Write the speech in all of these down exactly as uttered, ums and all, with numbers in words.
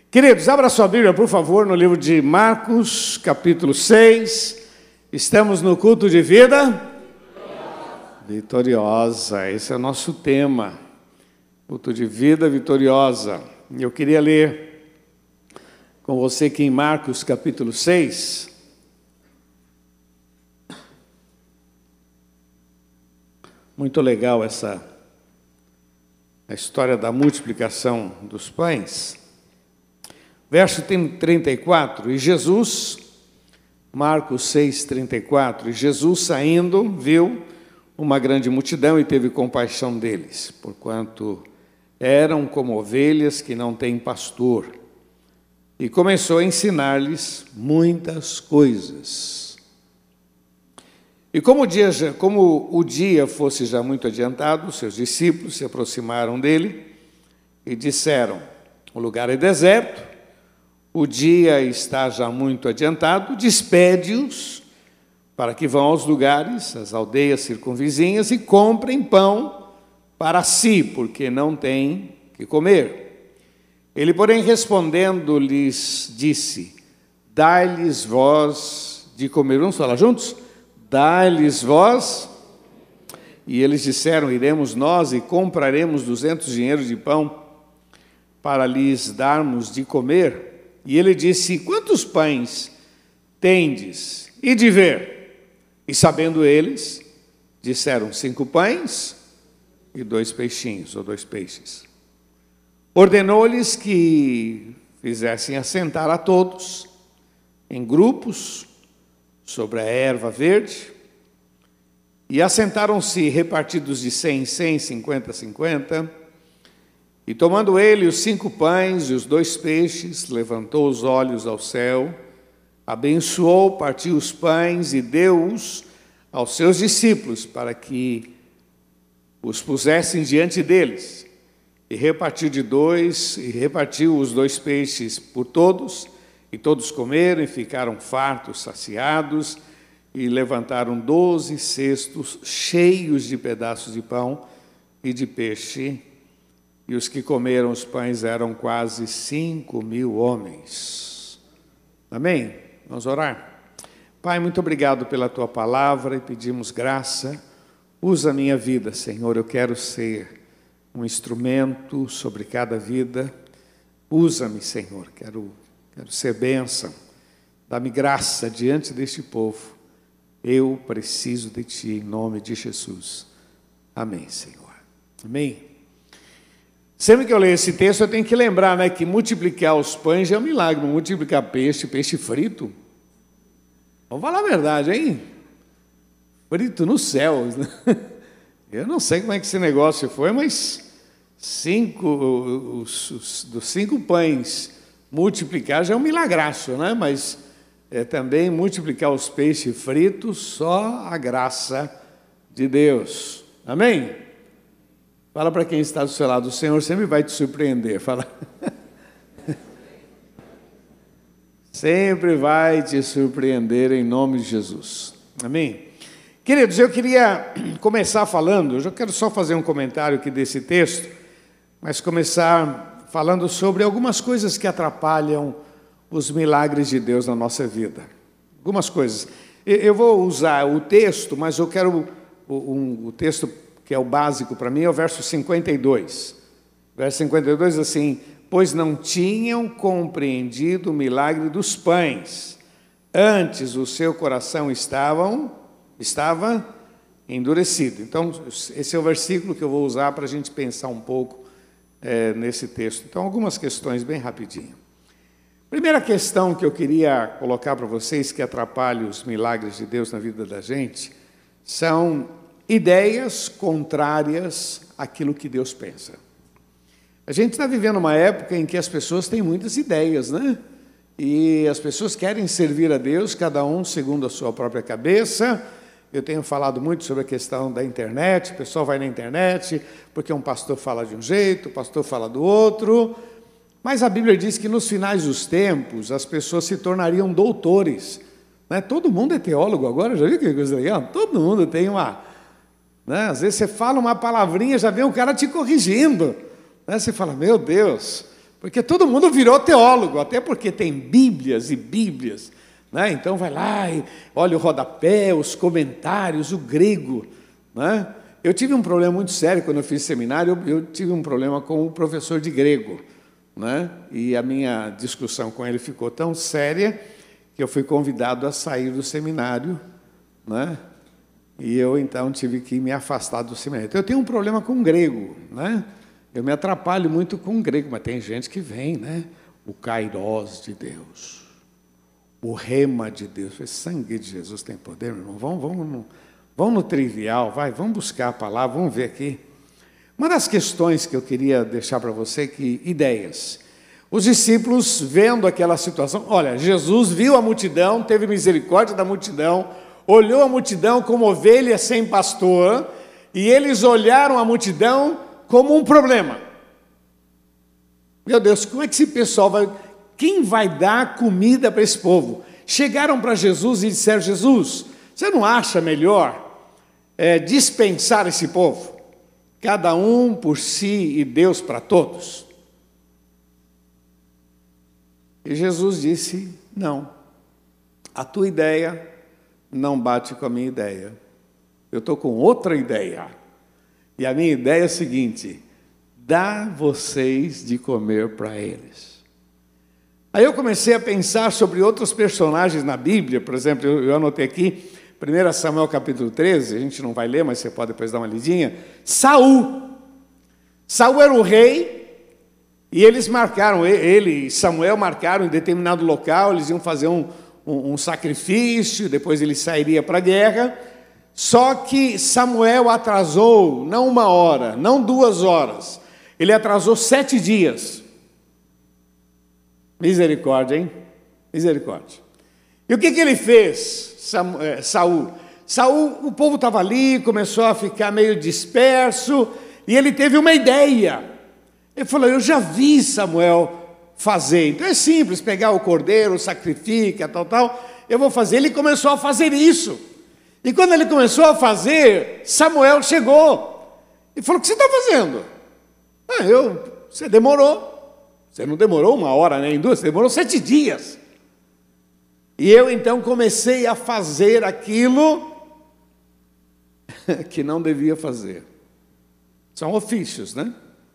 Queridos, abra sua Bíblia, por favor, no livro de Marcos, capítulo seis. Estamos no culto de vida vitoriosa. Esse é o nosso tema. Culto de vida vitoriosa. Eu queria ler com você aqui em Marcos, capítulo seis. Muito legal essa a história da multiplicação dos pães. Verso trinta e quatro, e Jesus, Marcos seis, trinta e quatro, e Jesus saindo, viu uma grande multidão e teve compaixão deles, porquanto eram como ovelhas que não têm pastor, e começou a ensinar-lhes muitas coisas. E como o, dia, como o dia fosse já muito adiantado, seus discípulos se aproximaram dele e disseram, o lugar é deserto, o dia está já muito adiantado, despede-os para que vão aos lugares, às aldeias circunvizinhas, e comprem pão para si, porque não têm que comer. Ele, porém, respondendo, lhes disse, dai-lhes vós de comer. Vamos falar juntos? Dai-lhes vós. E eles disseram, iremos nós e compraremos duzentos dinheiros de pão para lhes darmos de comer. E ele disse, quantos pães tendes? E de ver. E sabendo eles, disseram, cinco pães e dois peixinhos, ou dois peixes. Ordenou-lhes que fizessem assentar a todos, em grupos, sobre a erva verde, e assentaram-se repartidos de cem em cem, cinquenta a cinquenta, e tomando ele os cinco pães e os dois peixes, levantou os olhos ao céu, abençoou, partiu os pães e deu-os aos seus discípulos, para que os pusessem diante deles, e repartiu de dois, e repartiu os dois peixes por todos, e todos comeram e ficaram fartos, saciados, e levantaram doze cestos cheios de pedaços de pão e de peixe, e os que comeram os pães eram quase cinco mil homens. Amém? Vamos orar? Pai, muito obrigado pela Tua palavra e pedimos graça. Usa a minha vida, Senhor, eu quero ser um instrumento sobre cada vida. Usa-me, Senhor, quero, quero ser bênção. Dá-me graça diante deste povo. Eu preciso de Ti, em nome de Jesus. Amém, Senhor. Amém? Sempre que eu leio esse texto, eu tenho que lembrar, né, que multiplicar os pães é um milagre. Multiplicar peixe, peixe frito. Vamos falar a verdade, hein? Frito nos céus. Né? Eu não sei como é que esse negócio foi, mas cinco, os, os, dos cinco pães multiplicar já é um milagraço, né? Mas é, também multiplicar os peixes fritos, só a graça de Deus. Amém? Fala para quem está do seu lado, o Senhor sempre vai te surpreender. Fala. Sempre vai te surpreender em nome de Jesus. Amém? Queridos, eu queria começar falando, eu já quero só fazer um comentário aqui desse texto, mas começar falando sobre algumas coisas que atrapalham os milagres de Deus na nossa vida. Algumas coisas. Eu vou usar o texto, mas eu quero o, um, o texto que é o básico para mim, é o verso cinquenta e dois. Verso cinquenta e dois diz assim, pois não tinham compreendido o milagre dos pães, antes o seu coração estavam, estava endurecido. Então, esse é o versículo que eu vou usar para a gente pensar um pouco é, nesse texto. Então, algumas questões bem rapidinho. Primeira questão que eu queria colocar para vocês, que atrapalha os milagres de Deus na vida da gente, são ideias contrárias àquilo que Deus pensa. A gente está vivendo uma época em que as pessoas têm muitas ideias, né? E as pessoas querem servir a Deus, cada um segundo a sua própria cabeça. Eu tenho falado muito sobre a questão da internet, o pessoal vai na internet, porque um pastor fala de um jeito, o pastor fala do outro. Mas a Bíblia diz que nos finais dos tempos, as pessoas se tornariam doutores. Né? Todo mundo é teólogo agora, já viu que coisa legal? Todo mundo tem uma... Né? Às vezes você fala uma palavrinha, já vem o cara te corrigindo. Né? Você fala, meu Deus, Porque todo mundo virou teólogo, até porque tem bíblias e bíblias, né? Então vai lá e olha o rodapé, os comentários, o grego, né? Eu tive um problema muito sério quando eu fiz seminário, eu, eu tive um problema com o professor de grego, né? E a minha discussão com ele ficou tão séria que eu fui convidado a sair do seminário, né? E eu, então, tive que me afastar do seminário. Então, eu tenho um problema com grego, né? Eu me atrapalho muito com grego, mas tem gente que vem, né? O kairós de Deus, o rema de Deus. O sangue de Jesus tem poder, meu irmão. Vamos, vamos, no, vamos no trivial, vai, vamos buscar a palavra, vamos ver aqui. Uma das questões que eu queria deixar para você, que ideias. Os discípulos, vendo aquela situação, olha, Jesus viu a multidão, teve misericórdia da multidão, olhou a multidão como ovelha sem pastor, e eles olharam a multidão como um problema. Meu Deus, como é que esse pessoal vai... Quem vai dar comida para esse povo? Chegaram para Jesus e disseram, Jesus, você não acha melhor é, dispensar esse povo? Cada um por si e Deus para todos? E Jesus disse, não, a tua ideia não bate com a minha ideia. Eu estou com outra ideia. E a minha ideia é a seguinte, dá vocês de comer para eles. Aí eu comecei a pensar sobre outros personagens na Bíblia, por exemplo, eu, eu anotei aqui, primeiro Samuel capítulo treze, a gente não vai ler, mas você pode depois dar uma lidinha. Saul. Saul era o rei, e eles marcaram, ele e Samuel marcaram em determinado local, eles iam fazer um, um, um sacrifício, depois ele sairia para a guerra, só que Samuel atrasou, não uma hora, não duas horas, ele atrasou sete dias. Misericórdia, hein? Misericórdia. E o que, que ele fez, Saul? Saul, o povo estava ali, começou a ficar meio disperso, e ele teve uma ideia. Ele falou, eu já vi Samuel fazer, então é simples, pegar o cordeiro, sacrifica, tal, tal, eu vou fazer. Ele começou a fazer isso. E quando ele começou a fazer, Samuel chegou e falou, o que você está fazendo? Ah, eu, você demorou. Você não demorou uma hora nem duas, você demorou sete dias. E eu então comecei a fazer aquilo que não devia fazer. São ofícios, né?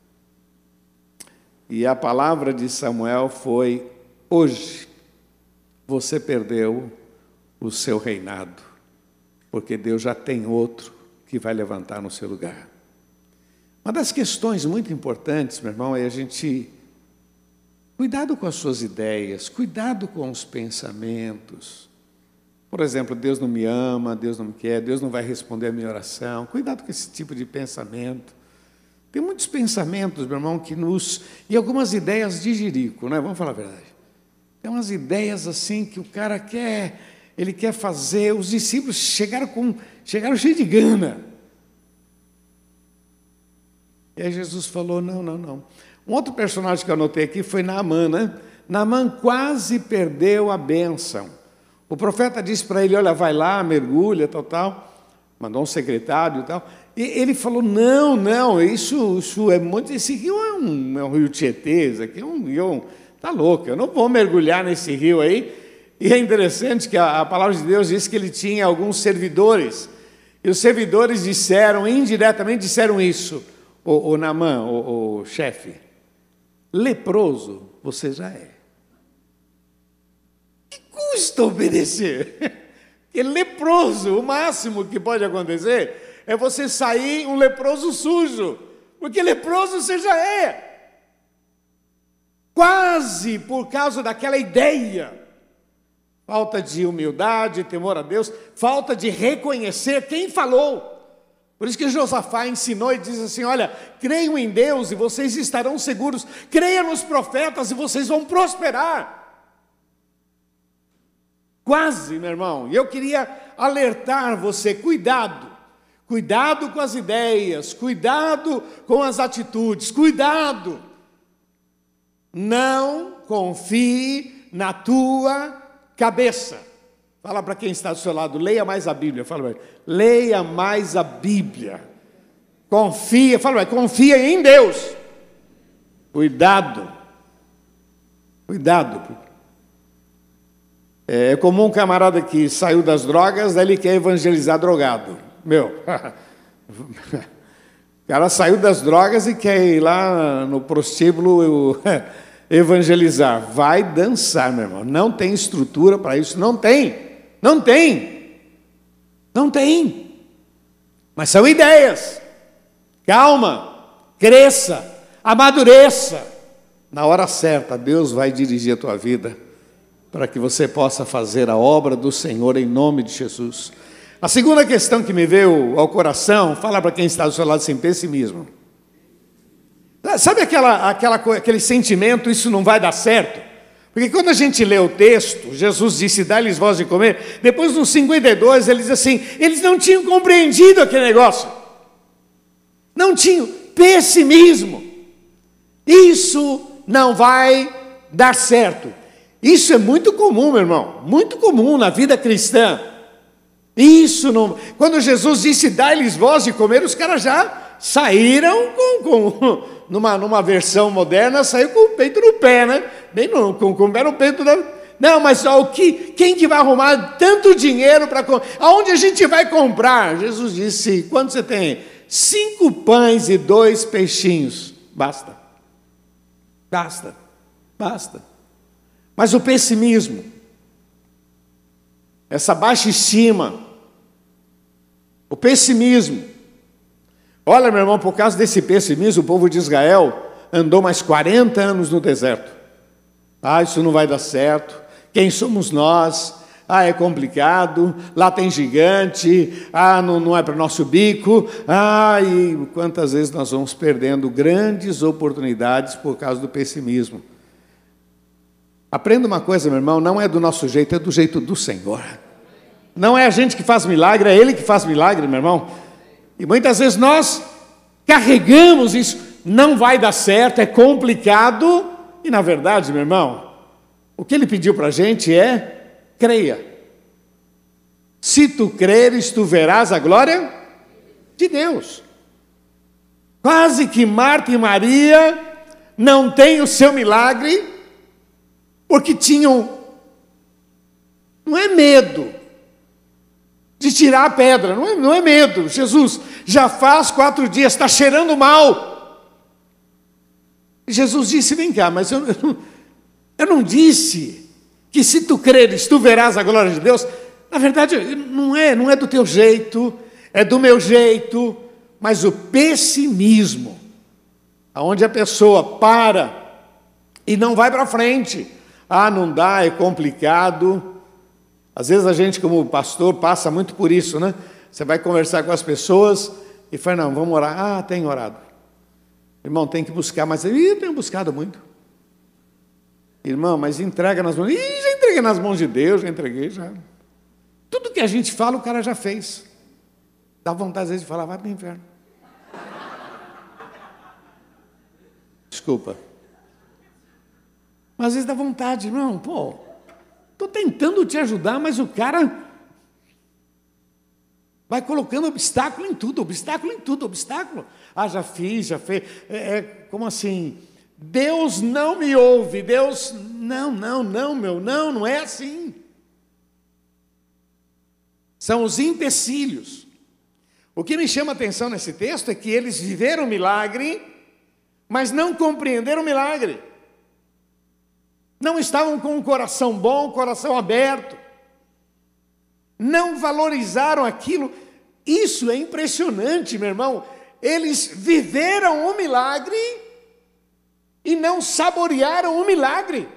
E a palavra de Samuel foi, hoje você perdeu o seu reinado, porque Deus já tem outro que vai levantar no seu lugar. Uma das questões muito importantes, meu irmão, é a gente... Cuidado com as suas ideias, cuidado com os pensamentos. Por exemplo, Deus não me ama, Deus não me quer, Deus não vai responder a minha oração. Cuidado com esse tipo de pensamento. Tem muitos pensamentos, meu irmão, que nos... E algumas ideias de jirico, né? Vamos falar a verdade. Tem umas ideias assim que o cara quer, ele quer fazer. Os discípulos chegaram, com, chegaram cheios de gana. E aí Jesus falou, não, não, não. Um outro personagem que eu anotei aqui foi Naamã, né? Naamã quase perdeu a bênção. O profeta disse para ele, olha, vai lá, mergulha, tal, tal. Mandou um secretário e tal. E ele falou, não, não, isso, isso é muito... Esse rio é um, é um rio Tietê, isso aqui é um rio... Está louco, eu não vou mergulhar nesse rio aí. E é interessante que a, a palavra de Deus diz que ele tinha alguns servidores. E os servidores disseram, indiretamente disseram isso. O, o Naamã, o, o chefe, leproso você já é. Que custa obedecer? Porque leproso, o máximo que pode acontecer é você sair um leproso sujo. Porque leproso você já é. Quase por causa daquela ideia. Falta de humildade, temor a Deus, falta de reconhecer quem falou. Por isso que Josafá ensinou e diz assim, olha, creiam em Deus e vocês estarão seguros, creia nos profetas e vocês vão prosperar. Quase, meu irmão, e eu queria alertar você, cuidado, cuidado com as ideias, cuidado com as atitudes, cuidado. Não confie na tua cabeça. Fala para quem está do seu lado, leia mais a Bíblia. Fala para ele, leia mais a Bíblia. Confia, fala para ele, confia em Deus. Cuidado, Cuidado. É comum um camarada que saiu das drogas, daí ele quer evangelizar drogado. Meu, o cara saiu das drogas e quer ir lá no prostíbulo evangelizar. Vai dançar, meu irmão. Não tem estrutura para isso. Não tem. Não tem. Não tem. Mas são ideias. Calma. Cresça. Amadureça. Na hora certa, Deus vai dirigir a tua vida para que você possa fazer a obra do Senhor em nome de Jesus. A segunda questão que me veio ao coração, fala para quem está do seu lado sem pessimismo. Sabe aquela, aquela, aquele sentimento, isso não vai dar certo? Porque quando a gente lê o texto, Jesus disse, dá-lhes voz de comer, depois no cinquenta e dois ele diz assim, eles não tinham compreendido aquele negócio. Não tinham pessimismo. Isso não vai dar certo. Isso é muito comum, meu irmão, muito comum na vida cristã. Isso não... Quando Jesus disse, dá-lhes voz de comer, os caras já saíram com... com numa, numa versão moderna, saiu com o peito no pé, né? Bem no, com, com o pé no peito da... Não, mas ó, o que, quem que vai arrumar tanto dinheiro para... Aonde a gente vai comprar? Jesus disse, quanto você tem? Cinco pães e dois peixinhos. Basta. Basta. Basta. Mas o pessimismo, essa baixa estima, o pessimismo, olha, meu irmão, por causa desse pessimismo, o povo de Israel andou mais quarenta anos no deserto. Ah, isso não vai dar certo, quem somos nós? Ah, é complicado, lá tem gigante, ah, não, não é para o nosso bico, ah, e quantas vezes nós vamos perdendo grandes oportunidades por causa do pessimismo. Aprenda uma coisa, meu irmão, não é do nosso jeito, é do jeito do Senhor. Não é a gente que faz milagre, é Ele que faz milagre, meu irmão. E muitas vezes nós carregamos isso, não vai dar certo, é complicado. E na verdade, meu irmão, o que Ele pediu para a gente é, creia. Se tu creres, tu verás a glória de Deus. Quase que Marta e Maria não têm o seu milagre, porque tinham, não é medo de tirar a pedra, não é, não é medo. Jesus, já faz quatro dias, está cheirando mal. E Jesus disse, vem cá, mas eu, eu, não, eu não disse que se tu creres, tu verás a glória de Deus. Na verdade, não é, não é do teu jeito, é do meu jeito, mas o pessimismo, aonde a pessoa para e não vai para frente. Ah, não dá, é complicado. Às vezes a gente, como pastor, passa muito por isso, né? Você vai conversar com as pessoas e fala, não, vamos orar. Ah, tem orado. Irmão, tem que buscar, mas eu tenho buscado muito. Irmão, mas entrega nas mãos. Ih, já entreguei nas mãos de Deus, já entreguei, já. Tudo que a gente fala, o cara já fez. Dá vontade, às vezes, de falar, vai para o inferno. Desculpa. Mas às vezes dá vontade, irmão, pô, estou tentando te ajudar, mas o cara vai colocando obstáculo em tudo, obstáculo em tudo, obstáculo. Ah, já fiz, já fez. É, é, como assim? Deus não me ouve, Deus... Não, não, não, meu, não, não é assim. São os empecilhos. O que me chama a atenção nesse texto é que eles viveram o milagre, mas não compreenderam o milagre. Não estavam com um coração bom, coração aberto. Não valorizaram aquilo. Isso é impressionante, meu irmão. Eles viveram o milagre e não saborearam o milagre.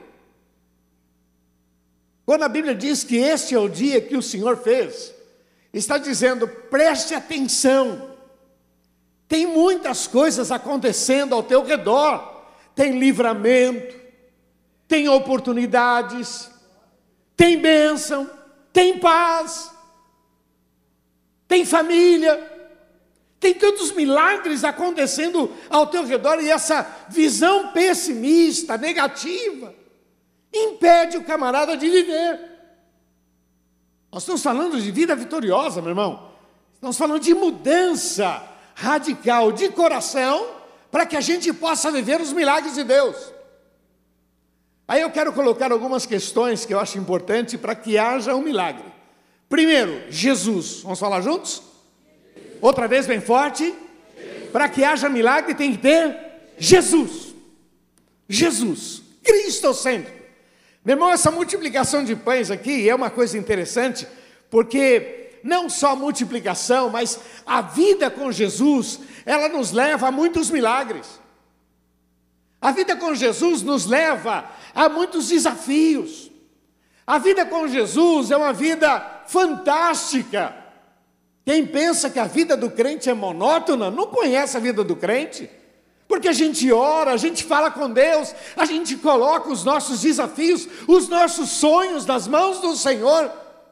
Quando a Bíblia diz que este é o dia que o Senhor fez, está dizendo, preste atenção. Tem muitas coisas acontecendo ao teu redor. Tem livramento, tem oportunidades, tem bênção, tem paz, tem família, tem tantos milagres acontecendo ao teu redor, e essa visão pessimista, negativa, impede o camarada de viver. Nós estamos falando de vida vitoriosa, meu irmão. Estamos falando de mudança radical de coração, para que a gente possa viver os milagres de Deus. Aí eu quero colocar algumas questões que eu acho importante para que haja um milagre. Primeiro, Jesus. Vamos falar juntos? Outra vez bem forte. Para que haja milagre tem que ter Jesus. Jesus. Cristo sempre. Meu irmão, essa multiplicação de pães aqui é uma coisa interessante, porque não só a multiplicação, mas a vida com Jesus, ela nos leva a muitos milagres. A vida com Jesus nos leva a muitos desafios. A vida com Jesus é uma vida fantástica. Quem pensa que a vida do crente é monótona, não conhece a vida do crente. Porque a gente ora, a gente fala com Deus, a gente coloca os nossos desafios, os nossos sonhos nas mãos do Senhor.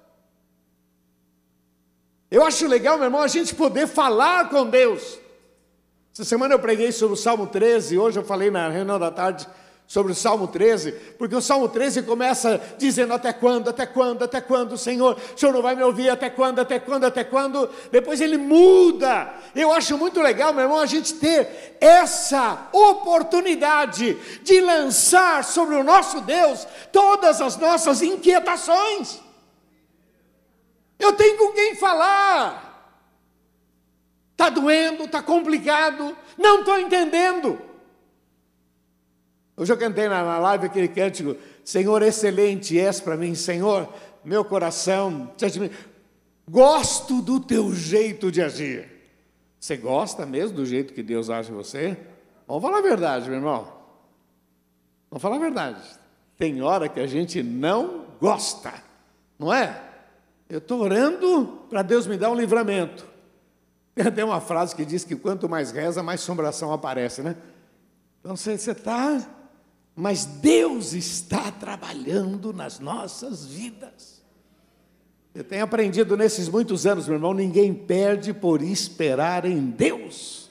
Eu acho legal, meu irmão, a gente poder falar com Deus. Essa semana eu preguei sobre o Salmo treze, hoje eu falei na reunião da tarde sobre o Salmo treze, porque o Salmo treze começa dizendo até quando, até quando, até quando, Senhor, o Senhor não vai me ouvir, até quando, até quando, até quando, depois ele muda. Eu acho muito legal, meu irmão, a gente ter essa oportunidade de lançar sobre o nosso Deus todas as nossas inquietações. Eu tenho com quem falar. Está doendo, está complicado, não estou entendendo. Hoje eu cantei na, na live aquele cântico, Senhor, excelente és para mim, Senhor, meu coração, gosto do teu jeito de agir. Você gosta mesmo do jeito que Deus age em você? Vamos falar a verdade, meu irmão. Vamos falar a verdade. Tem hora que a gente não gosta, não é? Eu estou orando para Deus me dar um livramento. Tem até uma frase que diz que quanto mais reza, mais assombração aparece, né? Então você está, mas Deus está trabalhando nas nossas vidas. Eu tenho aprendido nesses muitos anos, meu irmão, ninguém perde por esperar em Deus.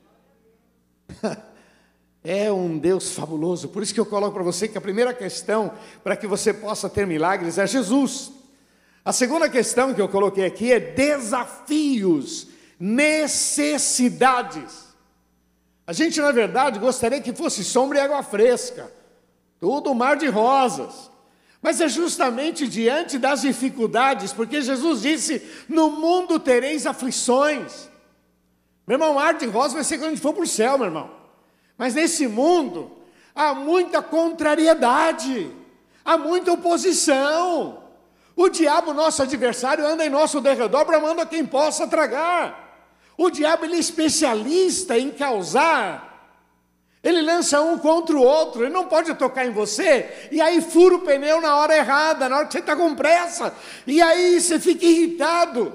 É um Deus fabuloso, por isso que eu coloco para você que a primeira questão para que você possa ter milagres é Jesus. A segunda questão que eu coloquei aqui é desafios, necessidades. A gente, na verdade, gostaria que fosse sombra e água fresca, tudo um mar de rosas, mas é justamente diante das dificuldades, porque Jesus disse, no mundo tereis aflições. Meu irmão, mar de rosas vai ser quando a gente for para o céu, meu irmão, mas nesse mundo há muita contrariedade, há muita oposição. O diabo, nosso adversário, anda em nosso derredor, bramando a quem possa tragar. O diabo, ele é especialista em causar. Ele lança um contra o outro, ele não pode tocar em você, e aí fura o pneu na hora errada, na hora que você está com pressa, e aí você fica irritado.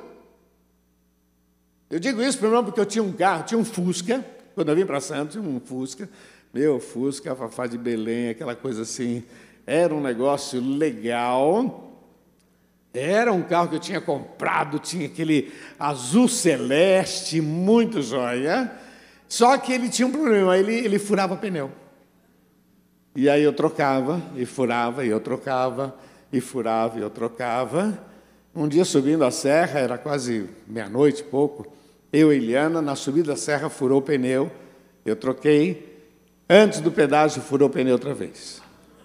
Eu digo isso, meu irmão, porque eu tinha um carro, tinha um Fusca, quando eu vim para Santos, tinha um Fusca, meu Fusca, Fafá de Belém, aquela coisa assim, era um negócio legal. Era um carro que eu tinha comprado, tinha aquele azul celeste, muito joia. Só que ele tinha um problema, ele, ele furava pneu. E aí eu trocava, e furava, e eu trocava, e furava, e eu trocava. Um dia subindo a serra, era quase meia-noite, pouco, eu e Eliana, na subida da serra, furou o pneu, eu troquei. Antes do pedágio, furou o pneu outra vez.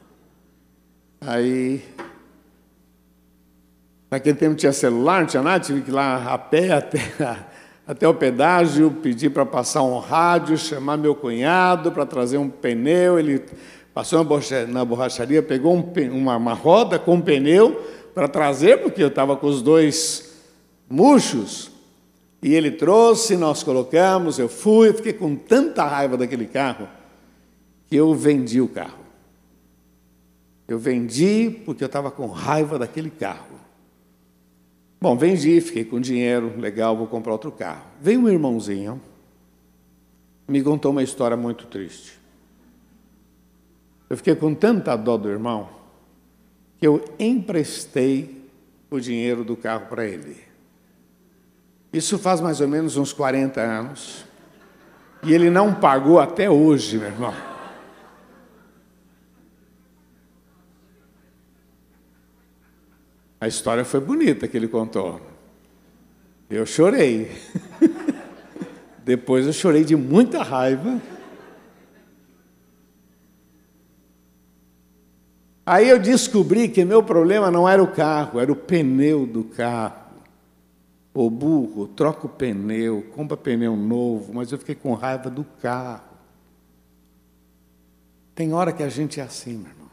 Aí... Naquele tempo tinha celular, não tinha nada, tive que ir lá a pé até, até o pedágio, pedir para passar um rádio, chamar meu cunhado para trazer um pneu. Ele passou na borracharia, pegou um, uma, uma roda com um pneu para trazer, porque eu estava com os dois murchos. E ele trouxe, nós colocamos, eu fui, eu fiquei com tanta raiva daquele carro, que eu vendi o carro. Eu vendi porque eu estava com raiva daquele carro. Bom, vendi, fiquei com dinheiro, legal, vou comprar outro carro. Veio um irmãozinho, me contou uma história muito triste. Eu fiquei com tanta dó do irmão, que eu emprestei o dinheiro do carro para ele. Isso faz mais ou menos uns quarenta anos, e ele não pagou até hoje, meu irmão. A história foi bonita que ele contou. Eu chorei. Depois eu chorei de muita raiva. Aí eu descobri que meu problema não era o carro, era o pneu do carro. Ô burro, troca o pneu, compra pneu novo, mas eu fiquei com raiva do carro. Tem hora que a gente é assim, meu irmão.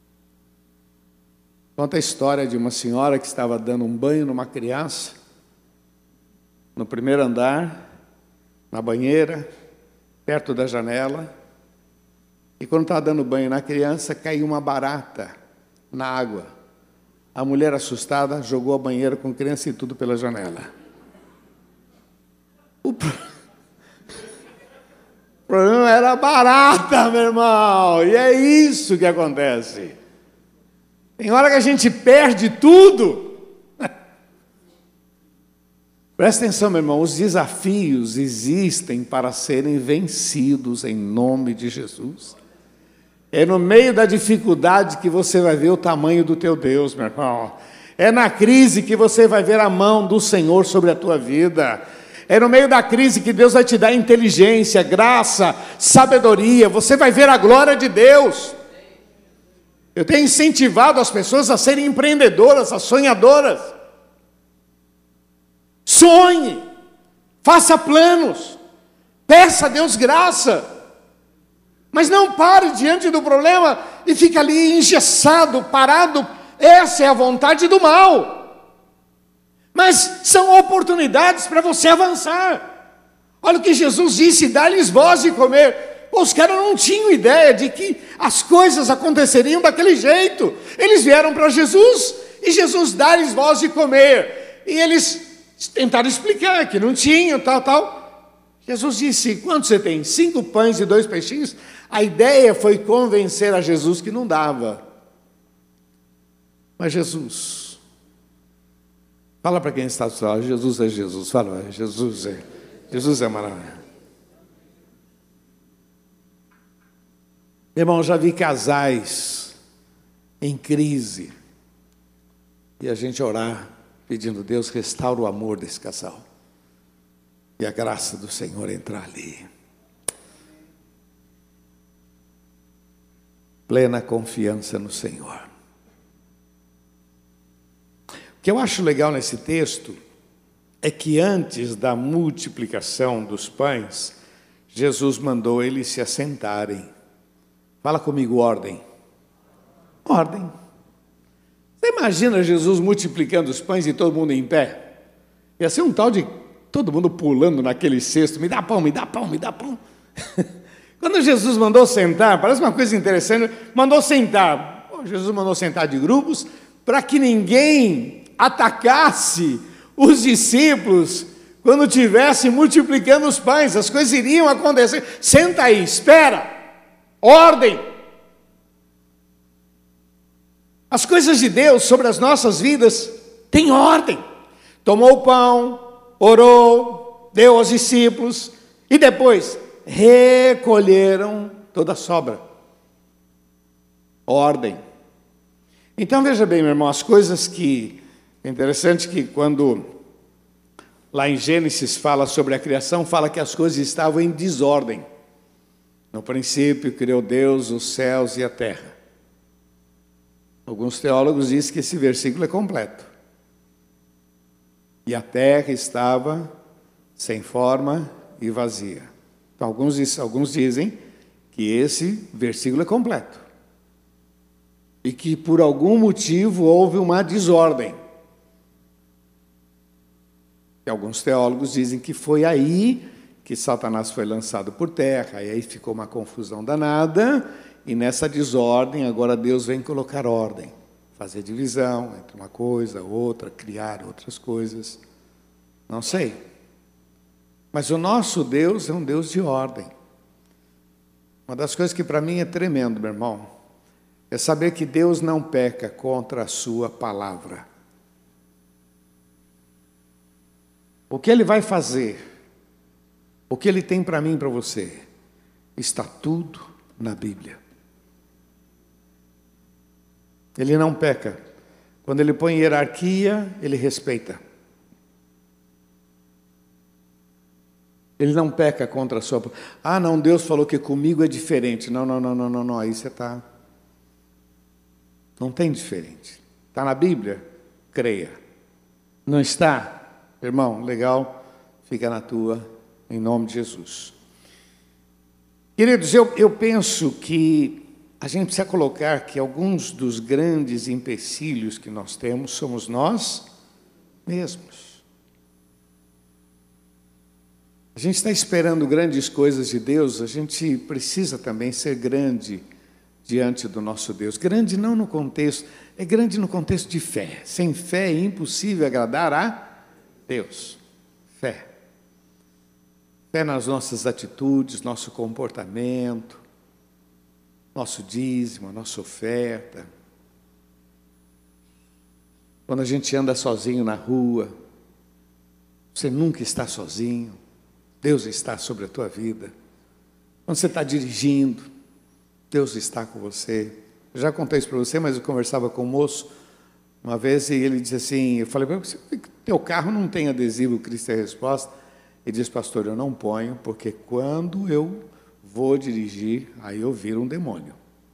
Conta a história de uma senhora que estava dando um banho numa criança, no primeiro andar, na banheira, perto da janela, e quando estava dando banho na criança, caiu uma barata na água. A mulher, assustada, jogou a banheira com criança e tudo pela janela. O pro... o problema era barata, meu irmão. E é isso que acontece. Tem hora que a gente perde tudo. Presta atenção, meu irmão. Os desafios existem para serem vencidos em nome de Jesus. É no meio da dificuldade que você vai ver o tamanho do teu Deus, meu irmão. É na crise que você vai ver a mão do Senhor sobre a tua vida. É no meio da crise que Deus vai te dar inteligência, graça, sabedoria. Você vai ver a glória de Deus. Eu tenho incentivado as pessoas a serem empreendedoras, a sonhadoras. Sonhe, faça planos, peça a Deus graça. Mas não pare diante do problema e fique ali engessado, parado. Essa é a vontade do mal. Mas são oportunidades para você avançar. Olha o que Jesus disse: dá-lhes voz de comer. Pô, os caras não tinham ideia de que as coisas aconteceriam daquele jeito. Eles vieram para Jesus e Jesus dá-lhes voz de comer. E eles tentaram explicar que não tinham, tal, tal. Jesus disse: quanto você tem? Cinco pães e dois peixinhos? A ideia foi convencer a Jesus que não dava. Mas Jesus, fala para quem está do seu lado, Jesus é Jesus, fala, Jesus é, Jesus é maravilha. Meu irmão, já vi casais em crise, e a gente orar, pedindo: Deus, restaura o amor desse casal, e a graça do Senhor entrar ali. Plena confiança no Senhor. O que eu acho legal nesse texto é que antes da multiplicação dos pães, Jesus mandou eles se assentarem. Fala comigo, ordem. Ordem. Você imagina Jesus multiplicando os pães e todo mundo em pé? Ia ser um tal de todo mundo pulando naquele cesto: me dá pão, me dá pão, me dá pão. Quando Jesus mandou sentar, parece uma coisa interessante, mandou sentar. Jesus mandou sentar de grupos para que ninguém atacasse os discípulos quando estivesse multiplicando os pães. As coisas iriam acontecer. Senta aí, espera. Ordem. As coisas de Deus sobre as nossas vidas têm ordem. Tomou o pão, orou, deu aos discípulos e depois recolheram toda a sobra. Ordem. Então veja bem, meu irmão, as coisas que... É interessante que quando lá em Gênesis fala sobre a criação, fala que as coisas estavam em desordem. No princípio criou Deus os céus e a terra. Alguns teólogos dizem que esse versículo é completo. E a terra estava sem forma e vazia. Então, alguns, alguns dizem que esse versículo é completo. E que por algum motivo houve uma desordem. E alguns teólogos dizem que foi aí que Satanás foi lançado por terra, e aí ficou uma confusão danada, e nessa desordem agora Deus vem colocar ordem, fazer divisão entre uma coisa, outra, criar outras coisas. Não sei. Mas o nosso Deus é um Deus de ordem. Uma das coisas que para mim é tremendo, meu irmão, é saber que Deus não peca contra a sua palavra. O que Ele vai fazer, o que Ele tem para mim e para você, está tudo na Bíblia. Ele não peca. Quando Ele põe hierarquia, Ele respeita. Ele não peca contra a sua... Ah, não, Deus falou que comigo é diferente. Não, não, não, não, não, não. Aí você está... Não tem diferente. Está na Bíblia? Creia. Não está? Irmão, legal, fica na tua, em nome de Jesus. Queridos, eu, eu penso que a gente precisa colocar que alguns dos grandes empecilhos que nós temos somos nós mesmos. A gente está esperando grandes coisas de Deus, a gente precisa também ser grande diante do nosso Deus. Grande não no contexto, é grande no contexto de fé. Sem fé é impossível agradar a Deus. Fé. Fé nas nossas atitudes, nosso comportamento, nosso dízimo, nossa oferta. Quando a gente anda sozinho na rua, você nunca está sozinho. Deus está sobre a tua vida. Quando você está dirigindo, Deus está com você. Eu já contei isso para você, mas eu conversava com um moço uma vez e ele disse assim, eu falei para ele, teu carro não tem adesivo Cristo é a Resposta? Ele disse, pastor, eu não ponho, porque quando eu vou dirigir, aí eu viro um demônio.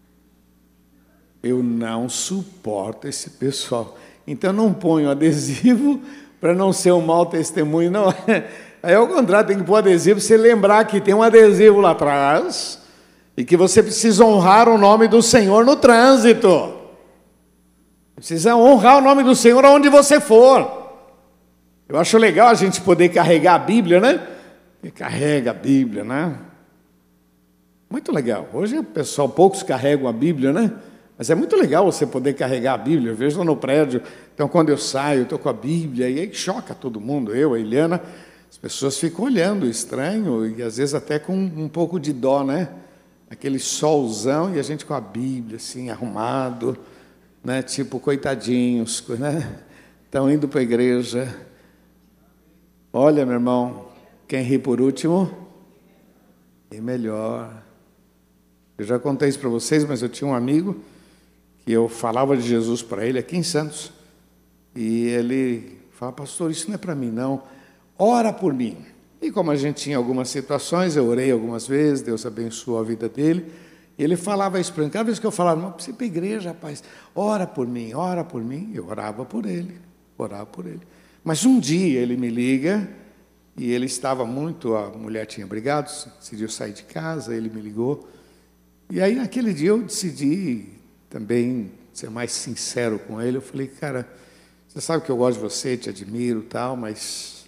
Eu não suporto esse pessoal. Então eu não ponho adesivo para não ser um mau testemunho, não. Aí ao contrário, tem que pôr adesivo para você lembrar que tem um adesivo lá atrás e que você precisa honrar o nome do Senhor no trânsito. Precisa honrar o nome do Senhor aonde você for. Eu acho legal a gente poder carregar a Bíblia, né? E carrega a Bíblia, né? Muito legal. Hoje o pessoal, poucos carregam a Bíblia, né? Mas é muito legal você poder carregar a Bíblia. Eu vejo no prédio, então quando eu saio, eu estou com a Bíblia, e aí choca todo mundo, eu, a Eliana, as pessoas ficam olhando estranho, e às vezes até com um pouco de dó, né? Aquele solzão, e a gente com a Bíblia, assim, arrumado, né? Tipo, coitadinhos, né? Estão indo para a igreja. Olha, meu irmão, quem ri por último, e melhor. Eu já contei isso para vocês, mas eu tinha um amigo que eu falava de Jesus para ele aqui em Santos. E ele fala, pastor, isso não é para mim, não. Ora por mim. E como a gente tinha algumas situações, eu orei algumas vezes, Deus abençoou a vida dele. E ele falava isso para mim. Cada vez que eu falava, não, precisa ir para a igreja, rapaz. Ora por mim, ora por mim. Eu orava por ele, orava por ele. Mas um dia ele me liga, e ele estava muito, a mulher tinha brigado, decidiu sair de casa, ele me ligou. E aí naquele dia eu decidi também ser mais sincero com ele. Eu falei, cara, você sabe que eu gosto de você, te admiro e tal, mas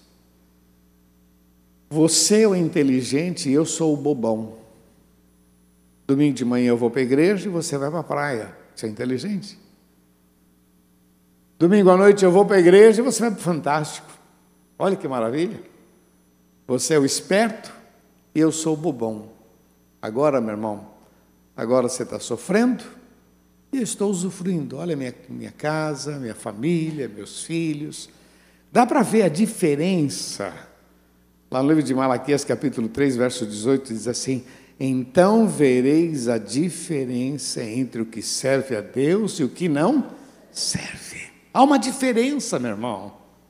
você é o inteligente e eu sou o bobão. Domingo de manhã eu vou para a igreja e você vai para a praia. Você é inteligente. Domingo à noite eu vou para a igreja e você vai para o Fantástico. Olha que maravilha. Você é o esperto e eu sou o bobão. Agora, meu irmão, agora você está sofrendo e eu estou usufruindo. Olha minha, minha casa, minha família, meus filhos. Dá para ver a diferença. Lá no livro de Malaquias, capítulo três, verso dezoito, diz assim, então vereis a diferença entre o que serve a Deus e o que não serve. Há uma diferença, meu irmão.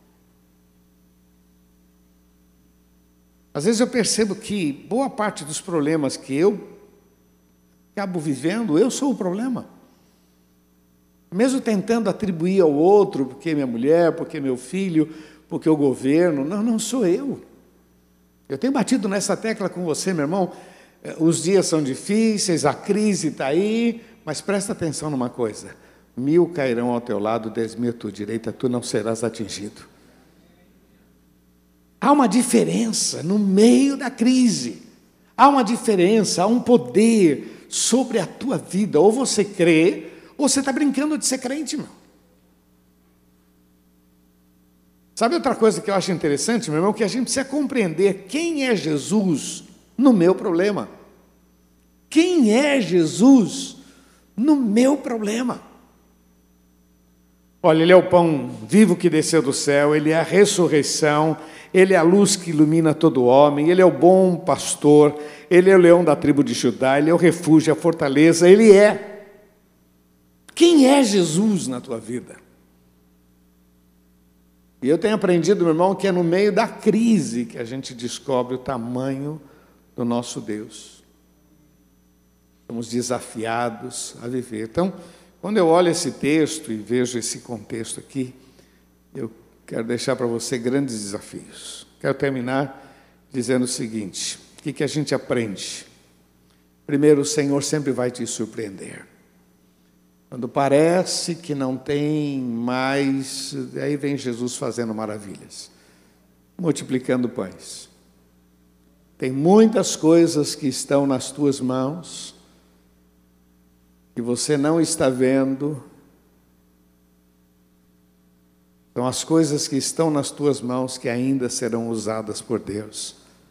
Às vezes eu percebo que boa parte dos problemas que eu acabo vivendo, eu sou o problema. Mesmo tentando atribuir ao outro, porque minha mulher, porque meu filho, porque o governo, não, não sou eu. Eu tenho batido nessa tecla com você, meu irmão. Os dias são difíceis, a crise está aí, mas presta atenção numa coisa. Mil cairão ao teu lado, dez mil à tua direita, tu não serás atingido. Há uma diferença no meio da crise. Há uma diferença, há um poder sobre a tua vida. Ou você crê, ou você está brincando de ser crente, meu. Sabe outra coisa que eu acho interessante, meu irmão? Que a gente precisa compreender quem é Jesus no meu problema. Quem é Jesus no meu problema? Olha, Ele é o pão vivo que desceu do céu, Ele é a ressurreição, Ele é a luz que ilumina todo homem, Ele é o bom pastor, Ele é o leão da tribo de Judá, Ele é o refúgio, a fortaleza, Ele é. Quem é Jesus na tua vida? E eu tenho aprendido, meu irmão, que é no meio da crise que a gente descobre o tamanho do nosso Deus. Somos desafiados a viver. Então, Quando eu olho esse texto e vejo esse contexto aqui, eu quero deixar para você grandes desafios. Quero terminar dizendo o seguinte: o que, que a gente aprende? Primeiro, o Senhor sempre vai te surpreender. Quando parece que não tem mais, aí vem Jesus fazendo maravilhas, multiplicando pães. Tem muitas coisas que estão nas tuas mãos, que você não está vendo. São as coisas que estão nas tuas mãos que ainda serão usadas por Deus.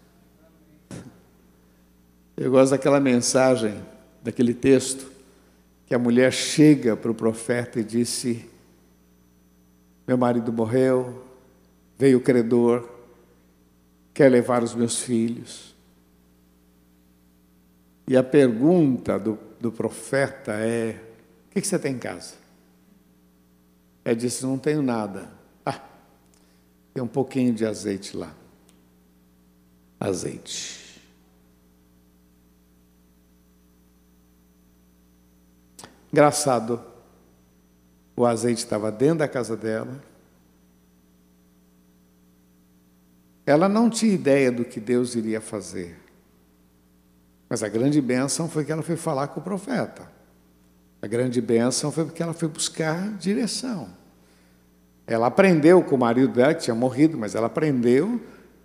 Eu gosto daquela mensagem, daquele texto, que a mulher chega para o profeta e disse: meu marido morreu, veio o credor, quer levar os meus filhos. E a pergunta do, do profeta é: o que, que você tem em casa? Ela disse: não tenho nada. Ah, tem um pouquinho de azeite lá. Azeite. Engraçado, o azeite estava dentro da casa dela. Ela não tinha ideia do que Deus iria fazer. Mas a grande bênção foi que ela foi falar com o profeta. A grande bênção foi porque ela foi buscar direção. Ela aprendeu com o marido dela, que tinha morrido, mas ela aprendeu.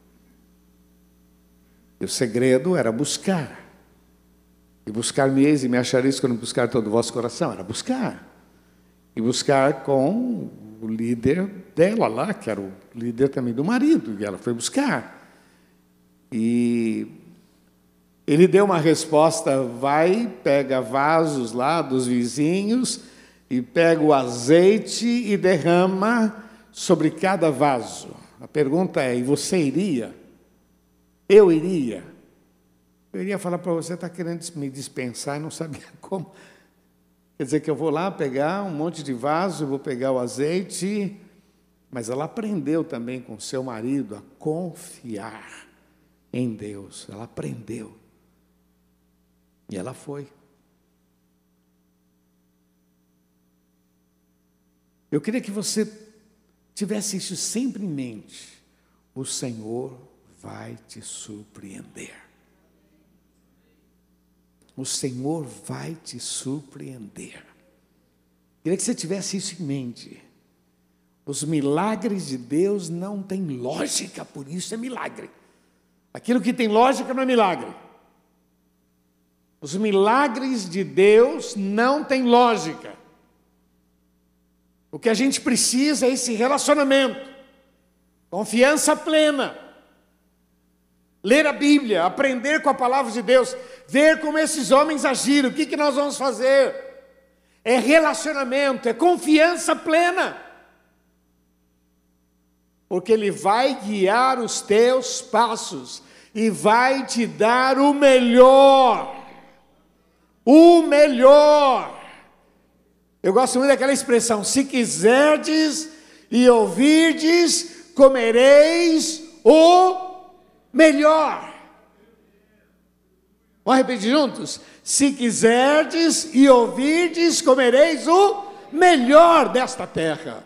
E o segredo era buscar. E buscar-me-eis e me achareis quando buscar todo o vosso coração. Era buscar. E buscar com o líder dela lá, que era o líder também do marido. E ela foi buscar. E ele deu uma resposta: vai, pega vasos lá dos vizinhos, e pega o azeite e derrama sobre cada vaso. A pergunta é: e você iria? Eu iria? Eu iria falar para você: está querendo me dispensar e não sabia como. Quer dizer que eu vou lá pegar um monte de vaso, vou pegar o azeite. Mas ela aprendeu também com seu marido a confiar em Deus. Ela aprendeu. E ela foi. Eu queria que você tivesse isso sempre em mente. O Senhor vai te surpreender. O Senhor vai te surpreender. Queria que você tivesse isso em mente. Os milagres de Deus não têm lógica, por isso é milagre. Aquilo que tem lógica não é milagre. Os milagres de Deus não têm lógica. O que a gente precisa é esse relacionamento, confiança plena. Ler a Bíblia, aprender com a palavra de Deus, ver como esses homens agiram, o que, que nós vamos fazer. É relacionamento, é confiança plena. Porque Ele vai guiar os teus passos e vai te dar o melhor. O melhor. Eu gosto muito daquela expressão: se quiserdes e ouvirdes, comereis o melhor. Vamos repetir juntos? Se quiserdes e ouvirdes, comereis o melhor desta terra.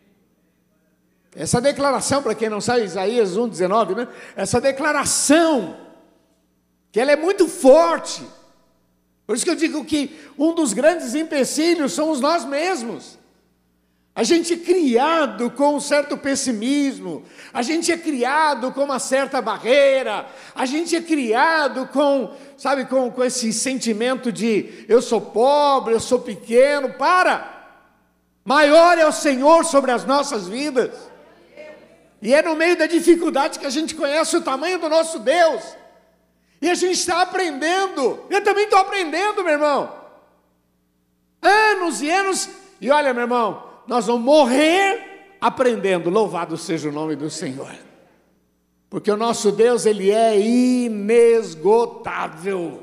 Essa declaração, para quem não sabe, Isaías um, dezenove, né? Essa declaração, que ela é muito forte. Por isso que eu digo que um dos grandes empecilhos somos nós mesmos. A gente é criado com um certo pessimismo, a gente é criado com uma certa barreira, a gente é criado com, sabe, com, com esse sentimento de eu sou pobre, eu sou pequeno. Para! Maior é o Senhor sobre as nossas vidas. E é no meio da dificuldade que a gente conhece o tamanho do nosso Deus. E a gente está aprendendo. Eu também estou aprendendo, meu irmão. Anos e anos. E olha, meu irmão, nós vamos morrer aprendendo. Louvado seja o nome do Senhor. Porque o nosso Deus, Ele é inesgotável.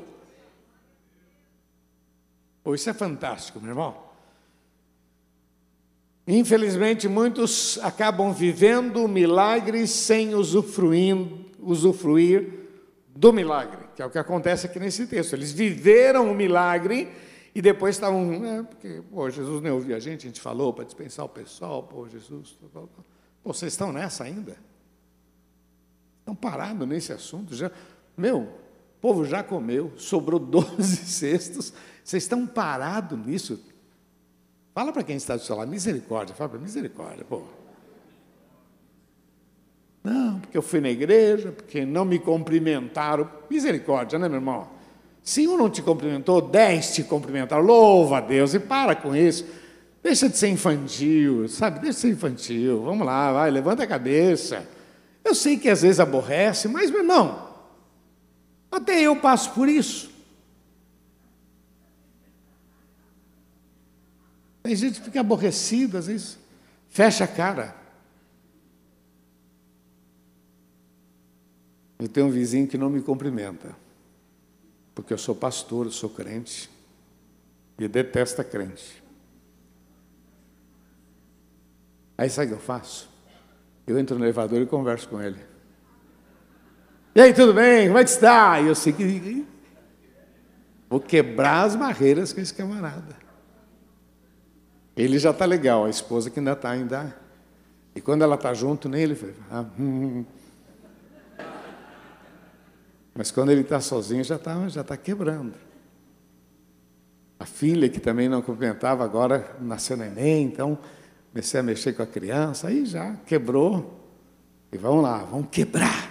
Pô, isso é fantástico, meu irmão. Infelizmente, muitos acabam vivendo milagres sem usufruir, usufruir do milagre, que é o que acontece aqui nesse texto. Eles viveram o milagre E depois estavam, né, porque, pô, Jesus nem ouviu a gente, a gente falou para dispensar o pessoal, pô, Jesus, pô, vocês estão nessa ainda? Estão parados nesse assunto? Já, meu, o povo já comeu, sobrou doze cestos, vocês estão parados nisso? Fala para quem está do seu lado, misericórdia, fala para misericórdia, pô. Não, porque eu fui na igreja, porque não me cumprimentaram. Misericórdia, né, meu irmão? Se um não te cumprimentou, dez te cumprimentaram. Louva a Deus e para com isso. Deixa de ser infantil, sabe? Deixa de ser infantil. Vamos lá, vai, levanta a cabeça. Eu sei que às vezes aborrece, mas, meu irmão, até eu passo por isso. Tem gente que fica aborrecida, às vezes, fecha a cara. Eu tenho um vizinho que não me cumprimenta, porque eu sou pastor, eu sou crente, e detesta crente. Aí sabe o que eu faço? Eu entro no elevador e converso com ele. E aí, tudo bem? Como é que está? E eu sei que vou quebrar as barreiras com esse camarada. Ele já está legal, a esposa que ainda está, ainda. E quando ela está junto, nem ele fala, ah, hum. Mas quando ele está sozinho, já está já tá quebrando. A filha, que também não cumprimentava, agora nasceu neném, então comecei a mexer com a criança, aí já quebrou. E vamos lá, vamos quebrar.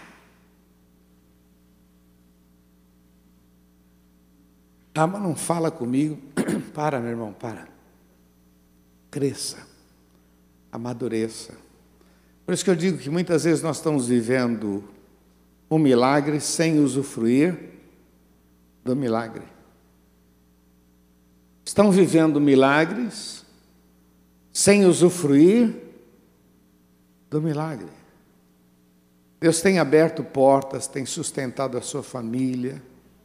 Ah, mas não fala comigo. Para, meu irmão, para. Cresça, amadureça. Por isso que eu digo que muitas vezes nós estamos vivendo um milagre sem usufruir do milagre. Estão vivendo milagres sem usufruir do milagre. Deus tem aberto portas, tem sustentado a sua família.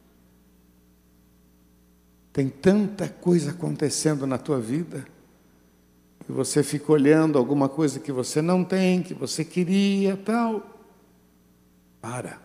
Tem tanta coisa acontecendo na tua vida. E você fica olhando alguma coisa que você não tem, que você queria, tal. Para.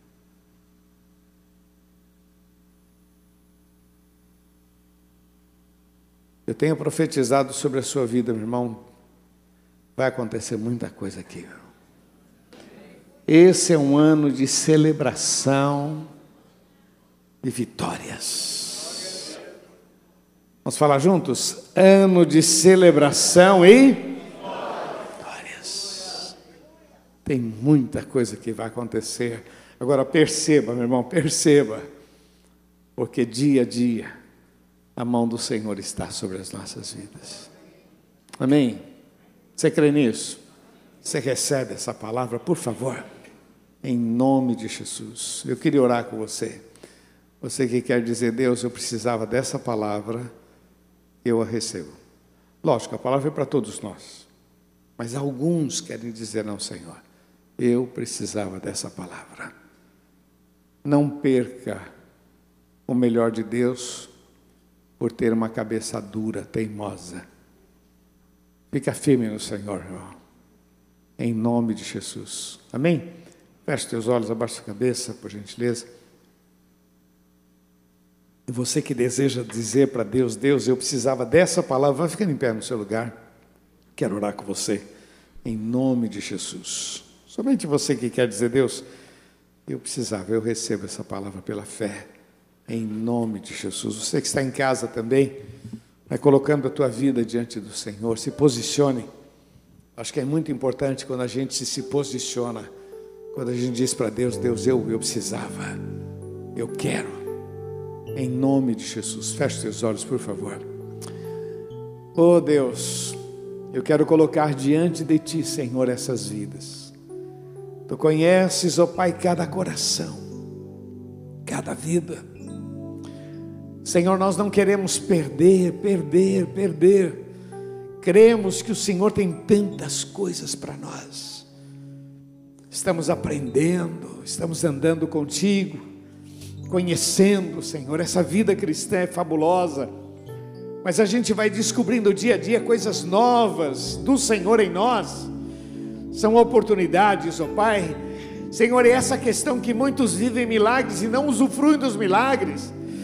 Eu tenho profetizado sobre a sua vida, meu irmão. Vai acontecer muita coisa aqui. Esse é um ano de celebração de vitórias. Vamos falar juntos? Ano de celebração e vitórias. Tem muita coisa que vai acontecer. Agora perceba, meu irmão, perceba. Porque dia a dia a mão do Senhor está sobre as nossas vidas. Amém? Você crê nisso? Você recebe essa palavra, por favor? Em nome de Jesus. Eu queria orar com você. Você que quer dizer, Deus, eu precisava dessa palavra, eu a recebo. Lógico, a palavra é para todos nós. Mas alguns querem dizer, não, Senhor, eu precisava dessa palavra. Não perca o melhor de Deus por ter uma cabeça dura, teimosa. Fica firme no Senhor, irmão. Em nome de Jesus. Amém? Feche teus olhos, abaixa a cabeça, por gentileza. E você que deseja dizer para Deus, Deus, eu precisava dessa palavra, vai ficando em pé no seu lugar. Quero orar com você, em nome de Jesus. Somente você que quer dizer, Deus, eu precisava, eu recebo essa palavra pela fé, em nome de Jesus. Você que está em casa também, vai colocando a tua vida diante do Senhor, se posicione. Acho que é muito importante quando a gente se, se posiciona, quando a gente diz para Deus, Deus, eu, eu precisava, eu quero. Em nome de Jesus, feche seus olhos, por favor. Oh Deus, eu quero colocar diante de Ti, Senhor, essas vidas. Tu conheces, ó Pai, cada coração, cada vida. Senhor, nós não queremos perder, perder, perder. Cremos que o Senhor tem tantas coisas para nós. Estamos aprendendo, estamos andando contigo, conhecendo, Senhor, essa vida cristã é fabulosa, mas a gente vai descobrindo dia a dia coisas novas do Senhor em nós, são oportunidades, ó Pai, Senhor, é essa questão que muitos vivem milagres e não usufruem dos milagres,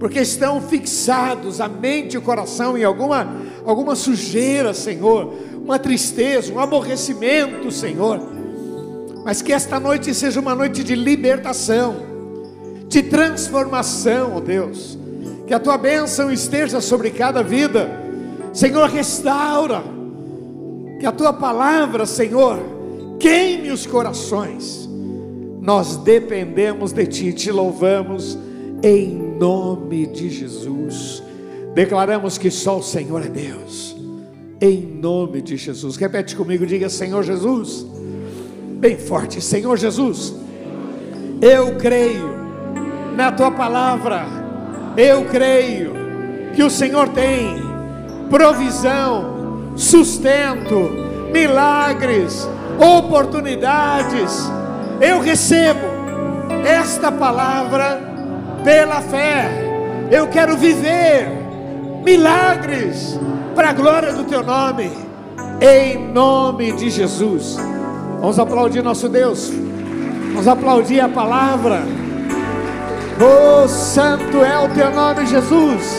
porque estão fixados a mente e o coração em alguma, alguma sujeira, Senhor, uma tristeza, um aborrecimento, Senhor. Mas que esta noite seja uma noite de libertação, de transformação, ó Deus. Que a tua bênção esteja sobre cada vida. Senhor, restaura. Que a tua palavra, Senhor, queime os corações. Nós dependemos de ti, te louvamos em nome de Jesus. Declaramos que só o Senhor é Deus, em nome de Jesus. Repete comigo, diga: Senhor Jesus, bem forte: Senhor Jesus, eu creio na tua palavra, eu creio que o Senhor tem provisão, sustento, milagres, oportunidades. Eu recebo esta palavra pela fé. Eu quero viver milagres para a glória do teu nome, em nome de Jesus. Vamos aplaudir nosso Deus, vamos aplaudir a palavra. Oh, santo é o teu nome, Jesus.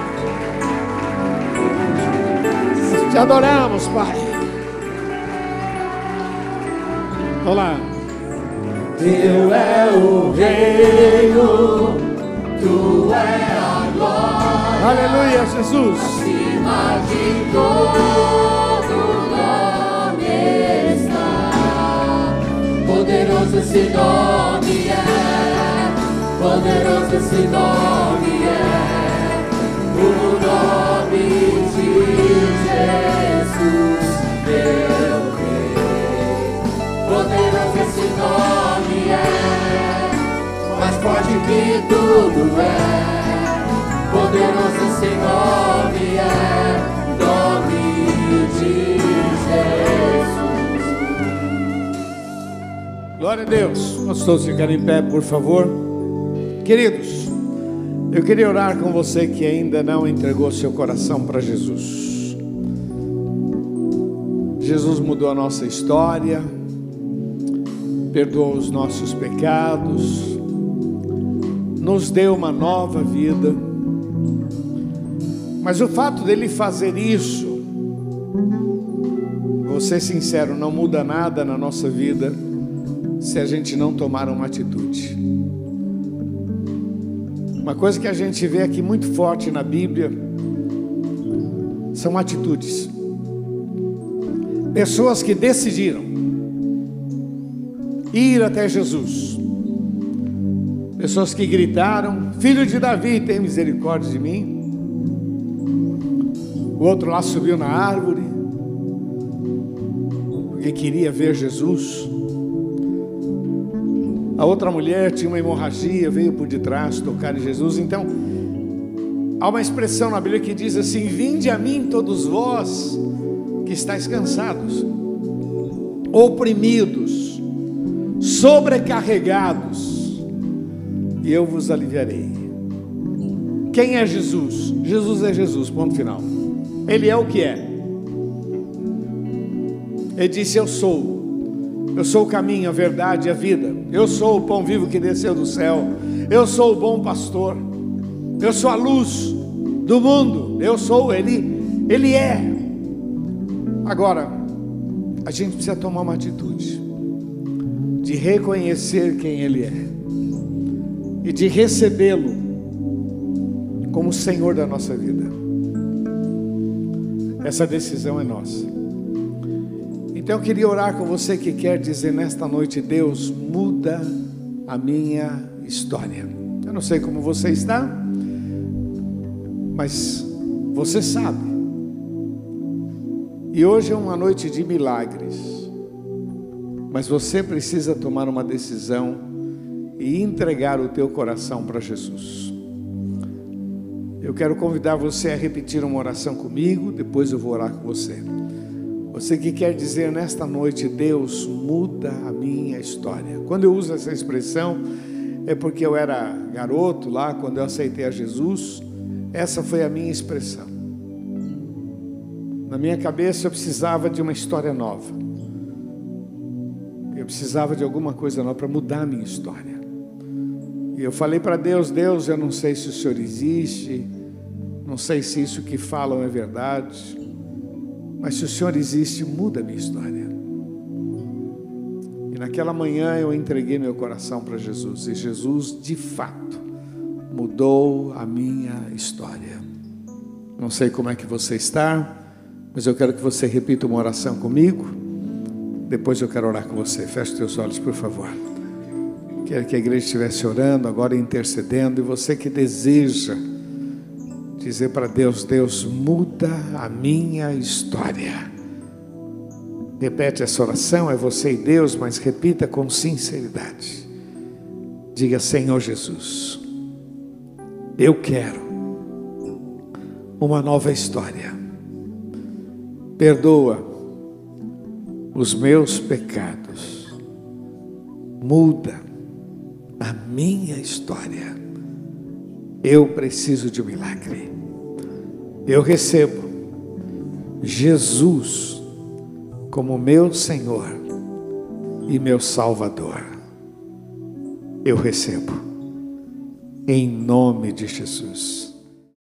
Te adoramos, Pai. Olá. Teu é o reino, tu é a glória. Aleluia, Jesus. Acima de todo nome está. Poderoso esse nome é, poderoso esse nome é. O nome de Jesus, meu Rei. Poderoso esse nome é, mais forte que tudo é. Poderoso esse nome é, nome de Jesus. Glória a Deus. Vamos todos ficar em pé, por favor. Queridos, eu queria orar com você que ainda não entregou seu coração para Jesus. Jesus mudou a nossa história, perdoou os nossos pecados, nos deu uma nova vida. Mas o fato dele fazer isso, vou ser sincero, não muda nada na nossa vida se a gente não tomar uma atitude. Uma coisa que a gente vê aqui muito forte na Bíblia são atitudes. Pessoas que decidiram ir até Jesus. Pessoas que gritaram: Filho de Davi, tem misericórdia de mim. O outro lá subiu na árvore porque queria ver Jesus. A outra mulher tinha uma hemorragia, veio por detrás tocar em Jesus. Então, há uma expressão na Bíblia que diz assim: vinde a mim todos vós que estáis cansados, oprimidos, sobrecarregados, e eu vos aliviarei. Quem é Jesus? Jesus é Jesus, ponto final. Ele é o que é. Ele disse: eu sou. Eu sou o caminho, a verdade e a vida. Eu sou o pão vivo que desceu do céu. Eu sou o bom pastor. Eu sou a luz do mundo. Eu sou Ele. Ele é. Agora, a gente precisa tomar uma atitude de reconhecer quem Ele é e de recebê-lo como Senhor da nossa vida. Essa decisão é nossa. Então eu queria orar com você que quer dizer nesta noite: Deus, muda a minha história. Eu não sei como você está, mas você sabe. E hoje é uma noite de milagres, mas você precisa tomar uma decisão e entregar o teu coração para Jesus. Eu quero convidar você a repetir uma oração comigo, depois eu vou orar com você. Você que quer dizer nesta noite: Deus, muda a minha história. Quando eu uso essa expressão, é porque eu era garoto lá, quando eu aceitei a Jesus. Essa foi a minha expressão. Na minha cabeça eu precisava de uma história nova. Eu precisava de alguma coisa nova para mudar a minha história. E eu falei para Deus, Deus, eu não sei se o Senhor existe, não sei se isso que falam é verdade, mas se o Senhor existe, muda a minha história. E naquela manhã eu entreguei meu coração para Jesus, e Jesus, de fato, mudou a minha história. Não sei como é que você está, mas eu quero que você repita uma oração comigo. Depois eu quero orar com você. Feche teus olhos, por favor. Quero que a igreja estivesse orando, agora intercedendo. E você que deseja dizer para Deus, Deus, muda a minha história. Repete essa oração, é você e Deus, mas repita com sinceridade. Diga, Senhor Jesus, eu quero uma nova história. Perdoa os meus pecados. Muda a minha história. Eu preciso de um milagre. Eu recebo Jesus como meu Senhor e meu Salvador. Eu recebo em nome de Jesus.